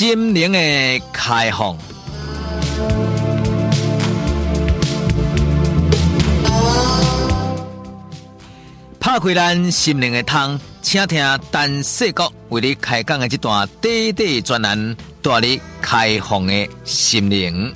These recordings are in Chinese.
心灵的开放。拍开咱心灵的窗，请听陈世国为你开讲的这段短短专栏，带你开放的心灵。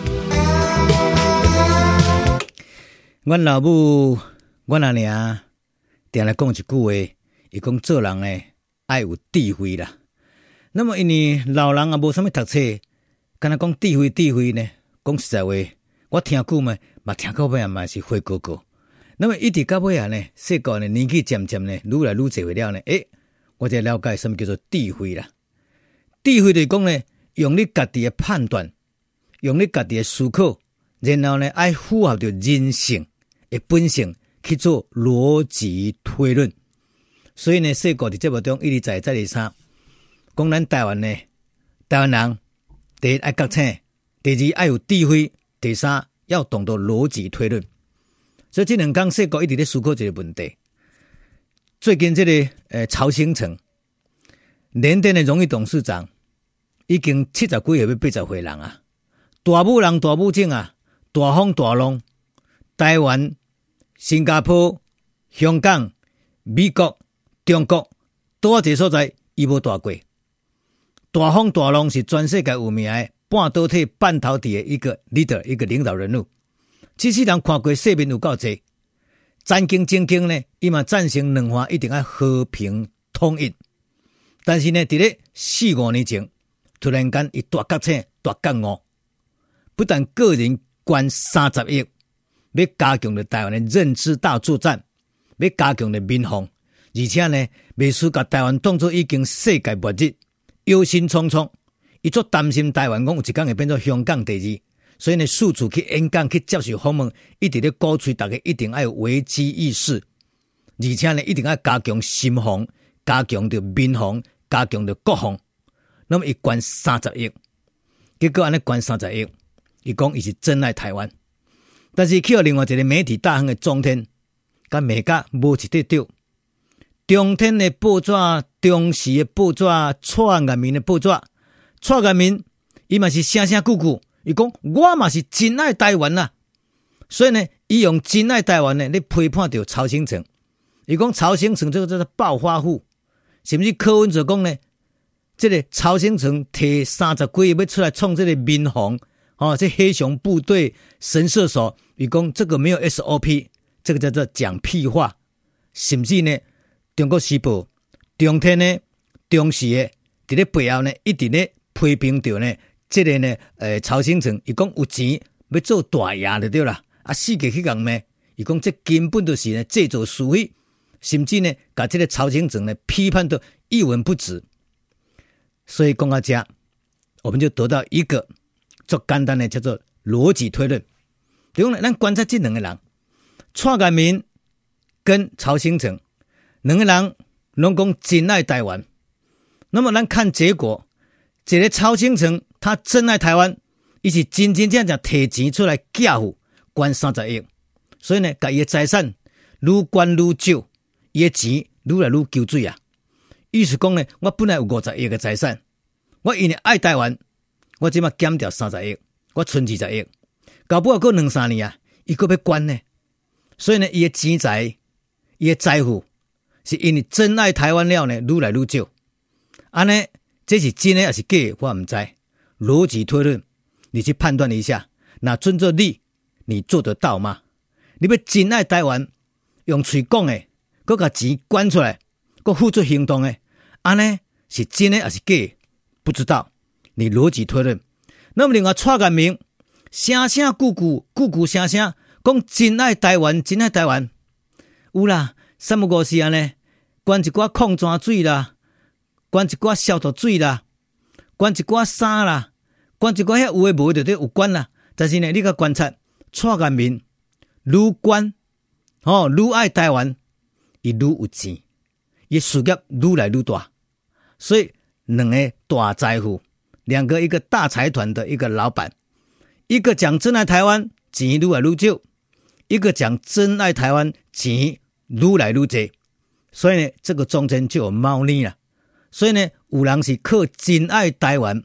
阮老母，阮阿娘定来讲一句话，伊讲做人呢爱有智慧啦。那么因为老人也无啥物读册，敢若讲智慧呢？讲实在话，我听久嘛听到尾嘛是灰哥哥。那么一直到尾呢，世国呢年纪渐渐呢愈来愈侪了呢，我才了解什么叫做智慧啦。智慧就是讲呢，用你家己的判断，用你家己的思考，然后呢爱符合着人性的本性去做逻辑推论。所以呢，世国伫节目中一直再而三讲咱台湾呢，台湾人第一爱觉醒，第二爱有智慧，第三要懂得逻辑推论。所以这两天世国一直在思考这个问题。最近这个曹兴诚，联电的荣誉董事长，已经70几岁要80岁人啊，大母人大母种啊，大风大浪，台湾、新加坡、香港、美国、中国多一个所在，伊无大过。大风大浪是全世界有名的半导体半导体的一个 leader， 一个领导人物。这世人看过世面有够多，战经政经呢，伊嘛赞成两岸一定要和平统一。但是呢，伫咧4-5年前，突然间伊大觉醒、大觉悟，不但个人捐30亿，要加强了台湾的认知大作战，要加强了民防，而且呢，未输甲台湾当作已经世界末日，忧心忡忡。伊足担心台湾讲有一天会变做香港第二。所以呢，四处去演讲、去接受访问，一直咧鼓吹大家一定要有危机意识，而且呢，一定要加强心防、加强着民防、加强着国防。那么伊捐30亿，结果安尼捐30亿，伊讲伊是真爱台湾，但是去到另外一个媒体大亨的中天，甲媒甲无一块对。中天的报纸、中时的报纸、蔡眼明的报纸，蔡眼明伊嘛是声声句句。伊讲我嘛是真爱台湾啦，所以呢，伊用真爱台湾呢，咧批判着曹兴诚。伊讲曹兴诚这个叫做暴发户，甚至柯文哲讲呢，这个曹兴诚摕30几亿要出来创这个民防，这黑熊部队、神射手，伊讲这个没有 SOP， 这个叫做讲屁话。甚至呢，中国时报、中天呢、中时的伫咧背后呢，一直咧批评着呢。这个呢，曹兴诚伊讲有钱要做大爷就对啦，世界去讲咩？伊讲这根本就是呢制造是非，甚至呢，把这个曹兴诚呢批判到一文不值。所以讲到这，我们就得到一个最简单的叫做逻辑推论。比如呢，咱观察这两个人，蔡眼明跟曹兴诚两个人拢讲真爱台湾，那么咱看结果，这个曹兴诚。他真爱台湾，伊是真正摕钱出来寄付，捐30亿，所以呢，把伊的财产愈捐愈少，伊的钱愈来愈求水啊。意思讲呢，我本来有50亿的财产，我因为爱台湾，我即马减掉30亿，我存20亿，搞不好过2-3年啊，伊阁要捐呢。所以呢，伊的钱财、伊的财富，是因为真爱台湾了呢，愈来愈少。安尼，这是真的还是假的，我唔知。逻辑推论，你去判断一下，那遵照你做得到吗？你要真爱台湾，用嘴讲的，搁把钱捐出来，搁付出行动的，安尼是真的还是假的？不知道，你逻辑推论。那么另外蔡眼明，声声句句声声讲真爱台湾，真爱台湾，有啦，三不五时安尼，捐一寡矿泉水啦，捐一寡消毒水啦。捐一寡衫啦，捐一寡遐有诶无就对有捐啦。但是呢，你甲观察蔡眼明愈捐，愈爱台湾，伊愈有钱，伊事业愈来愈大。所以两个大财富，两个一个大财团的一个老板，一个讲真爱台湾，钱愈来愈少；一个讲真爱台湾，钱愈来愈多。所以呢，这个中间就有猫腻了。所以呢，有人是靠真爱台湾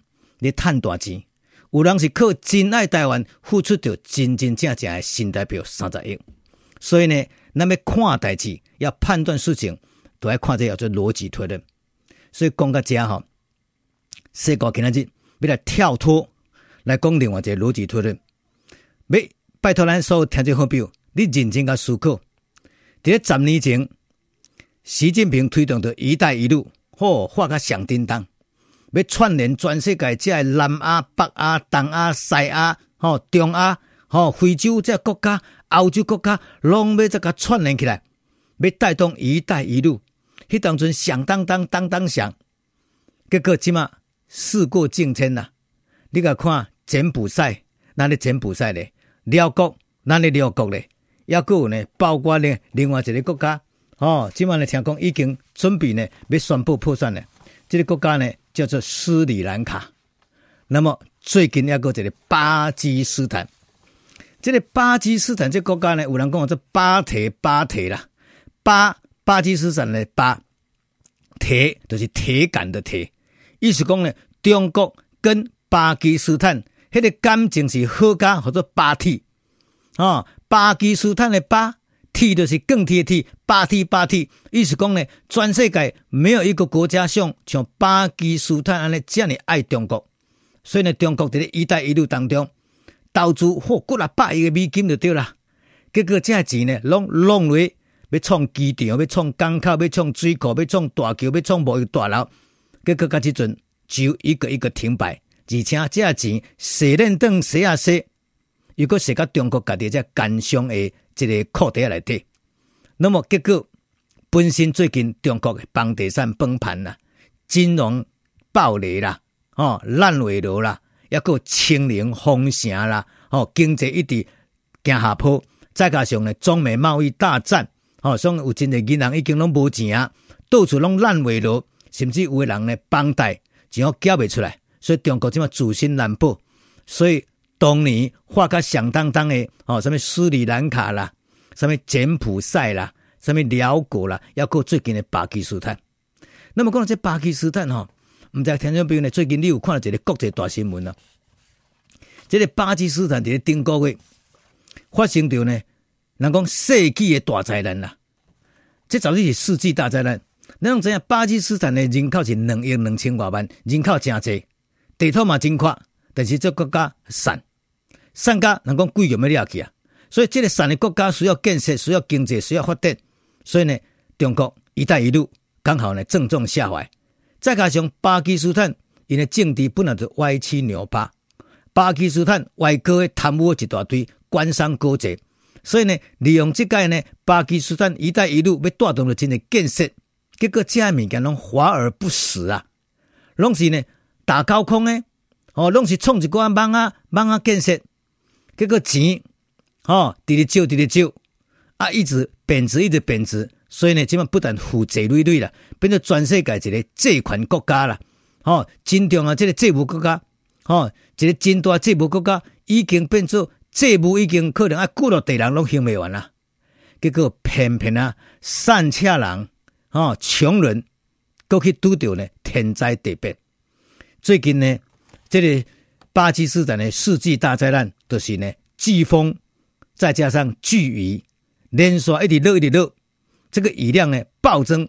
咧赚大钱，有人是靠真爱台湾付出着真真正正的新台币30亿。所以呢，咱要看代志，要判断事情，都要看这叫做逻辑推论。所以讲到这吼，世界今仔日要来跳脱来讲另外一个逻辑推论。要拜托咱所有听众好朋友，你认真甲思考。伫10年前，习近平推动的一带一路，画甲上叮当，要串联全世界这些南亚、北亚、东亚、西亚、中亚、非洲这些国家、欧洲国家，拢要再甲串联起来，要带动一带一路。迄当阵响当当响，结果即马事过境迁啦。你甲看柬埔寨，咱咧柬埔寨咧，辽国，咱咧辽国咧，抑佫有呢，包括呢另外一个国家，即马呢听讲已经准备呢要宣布破产了。这个国家呢叫做斯里兰卡。那么最近抑佫一个巴基斯坦。这个巴基斯坦这个国家呢，有人讲做巴铁啦，巴基斯坦的巴铁就是铁杆的铁，意思讲呢，中国跟巴基斯坦迄个感情是好加或者巴铁巴基斯坦的巴铁就是更铁的铁，巴铁，意思讲呢，全世界没有一个国家像巴基斯坦安尼这么爱中国，所以呢，中国在一带一路当中投资几啊百亿的美金就对啦，结果这钱呢，拢弄落要创机场，要创港口，要创水库，要创大桥，要创贸易大楼，结果到这阵就一个一个停摆，而且这钱洗练等洗啊洗，又搁洗到中国家己这奸商的这个库袋内底。那么结果本身最近中国的房地产崩盘啦，金融暴雷啦，烂尾楼啦，抑个清零封城啦，经济一直行下坡，再加上呢中美贸易大战。所以有真侪银行已经拢无钱啊，到处拢烂尾楼，甚至有的人呢房贷钱缴不出来，所以中国即马自身难保。所以当年画甲响当当的什么斯里兰卡啦，什么柬埔寨啦，什么辽国啦，还有最近的巴基斯坦。那么讲到这巴基斯坦唔知听众朋友呢，最近你有看到一个国际大新闻啊？这个巴基斯坦伫顶个月发生着呢。人讲世纪的大灾难啦，这早就是世纪大灾难。咱拢知影巴基斯坦的人口是2亿2千多万，人口真济，地图嘛真宽，但是这国家散甲人讲几个要了去啊。所以这个散的国家需要建设，需要经济，需要发展。所以呢，中国一带一路刚好呢正中下怀。再加上巴基斯坦因的政治本来就歪七扭八，巴基斯坦外国的贪污一大堆，官商勾结。所以呢，利用这个呢，巴基斯坦一带一路要带动了真的建设，结果这些物件拢华而不实啊，拢是呢打高空的，拢是创一个网啊建设，结果钱直直少啊，一直贬值，所以呢，这么不但负债累累啦，变成全世界一个债权国家啦，真重啊，这个债务国家，一个真大债务国家已经变做。债务已经可能几落地人拢还袂完啦，结果偏啊善车人穷人，搁去拄到呢天灾地变。最近呢，这个巴基斯坦的世纪大灾难，就是呢飓风再加上巨雨，连续一直落，这个雨量呢暴增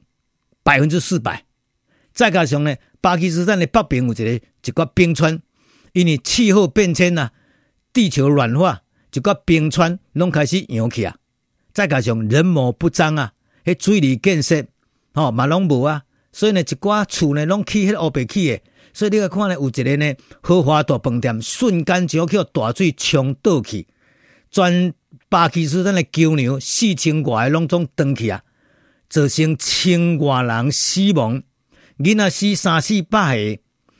400%，再加上呢巴基斯坦的北边有一个冰川，因为气候变迁啊。地球软化，一个冰川拢开始扬起啊！再加上人谋不彰啊，迄水利建设嘛拢无啊，所以呢一寡厝呢拢起迄乌白起的，所以你看呢有一个呢豪华大饭店瞬间就叫大水冲倒去，全巴基斯坦的牛牛4000多个拢总断去啊，造成1000多人死亡，囡仔死300-400个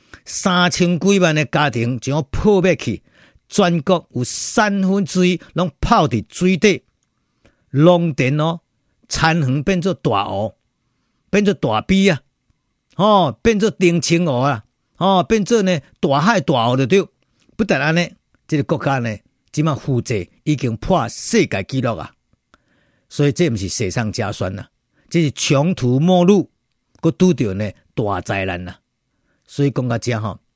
，3000几万的家庭就要破灭去。全国有1/3拢泡伫水底，农田田园变做大湖，变做大陂啊，变做定青湖啊，变做呢大海大湖就对。不但安尼，这个国家呢，即马负债已经破世界纪录啊，所以这不是雪上加霜啊，这是穷途末路，佮拄到呢大灾难啊。所以讲到这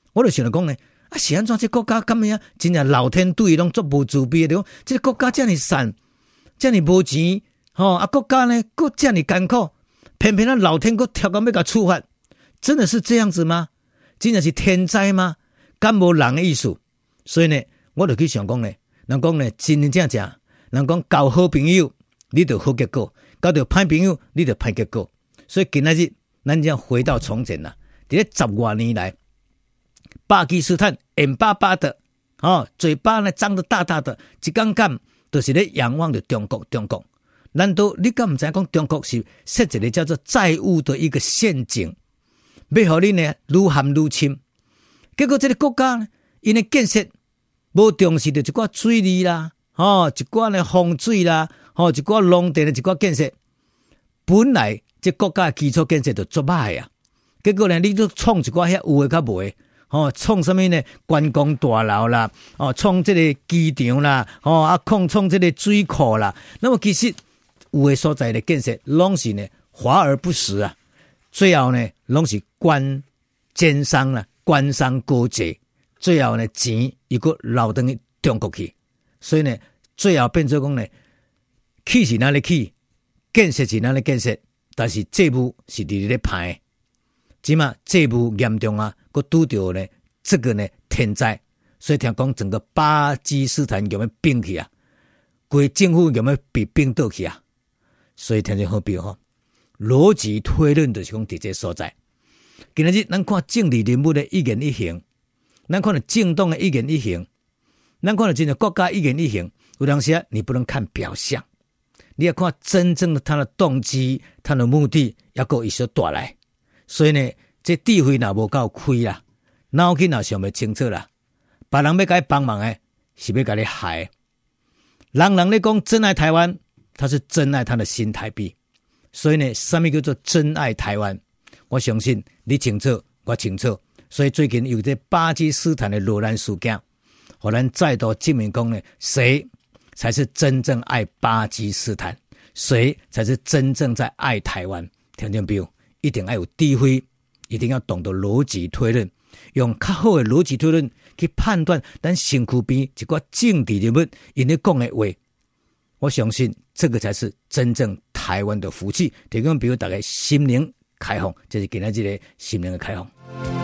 我就想着讲呢，是安怎这国家咁样，真正老天对伊拢足无慈悲的，这个国家这么散，这么无钱，国家呢，佫这么艰苦，偏偏老天佫挑工要甲处罚，真的是这样子吗？真的是天灾吗？敢无人的意思？所以呢，我就去想讲呢，人讲呢，真正，人讲交好朋友，你就好结果；交到歹朋友，你就歹结果。所以今仔日，咱将回到从前啦。在10多年来，巴基斯坦眼巴巴的，嘴巴呢张得大大的，一竿竿就是咧仰望着中国。难道你敢唔知讲中国是设一个叫做债务的一个陷阱，要互你呢愈陷愈深？结果这个国家呢，因的建设无重视着一寡水利啦，一寡呢风水啦，一寡农田的一寡建设，本来这国家的基础建设就足歹啊。结果呢，你都创一寡遐有诶较无诶，创什么呢？观光大楼啦，创这个机场啦，创这个水库啦。那么其实有诶所在的建设，拢是呢华而不实啊。最后呢，拢是官奸商啦，官商勾结，最后呢钱又搁流转去中国去，所以呢，最后变做讲呢，起是哪里起，建设是哪里建设，但是债务是伫咧派。起码债务严重啊，佮拄到呢这个呢天灾，所以听讲整个巴基斯坦有没有冰去啊？规政府有没有被冰倒去啊？所以听见好比逻辑推论就是讲伫这所在。今日咱看政治人物的一言一行，咱看到政党的一言一行，咱看到真的国家一言一行，有当时你不能看表象，你要看真正的他的动机、他的目的，要够一些带来。所以呢，这智慧若无够开啦，脑筋若想不清楚啦，别人要甲伊帮忙诶，是要甲你害。人咧讲真爱台湾，他是真爱他的新台币。所以呢，什么叫做真爱台湾？我相信你清楚，我清楚。所以最近有这巴基斯坦的落难事件，互咱再度证明讲呢，谁才是真正爱巴基斯坦，谁才是真正在爱台湾？听众朋友，一定要有智慧，一定要懂得逻辑推论，用较好的逻辑推论去判断咱身躯边一个政治人物因咧讲的话。我相信这个才是真正台湾的福气。提供比如大家心灵开放，这是今天这个心灵的开放。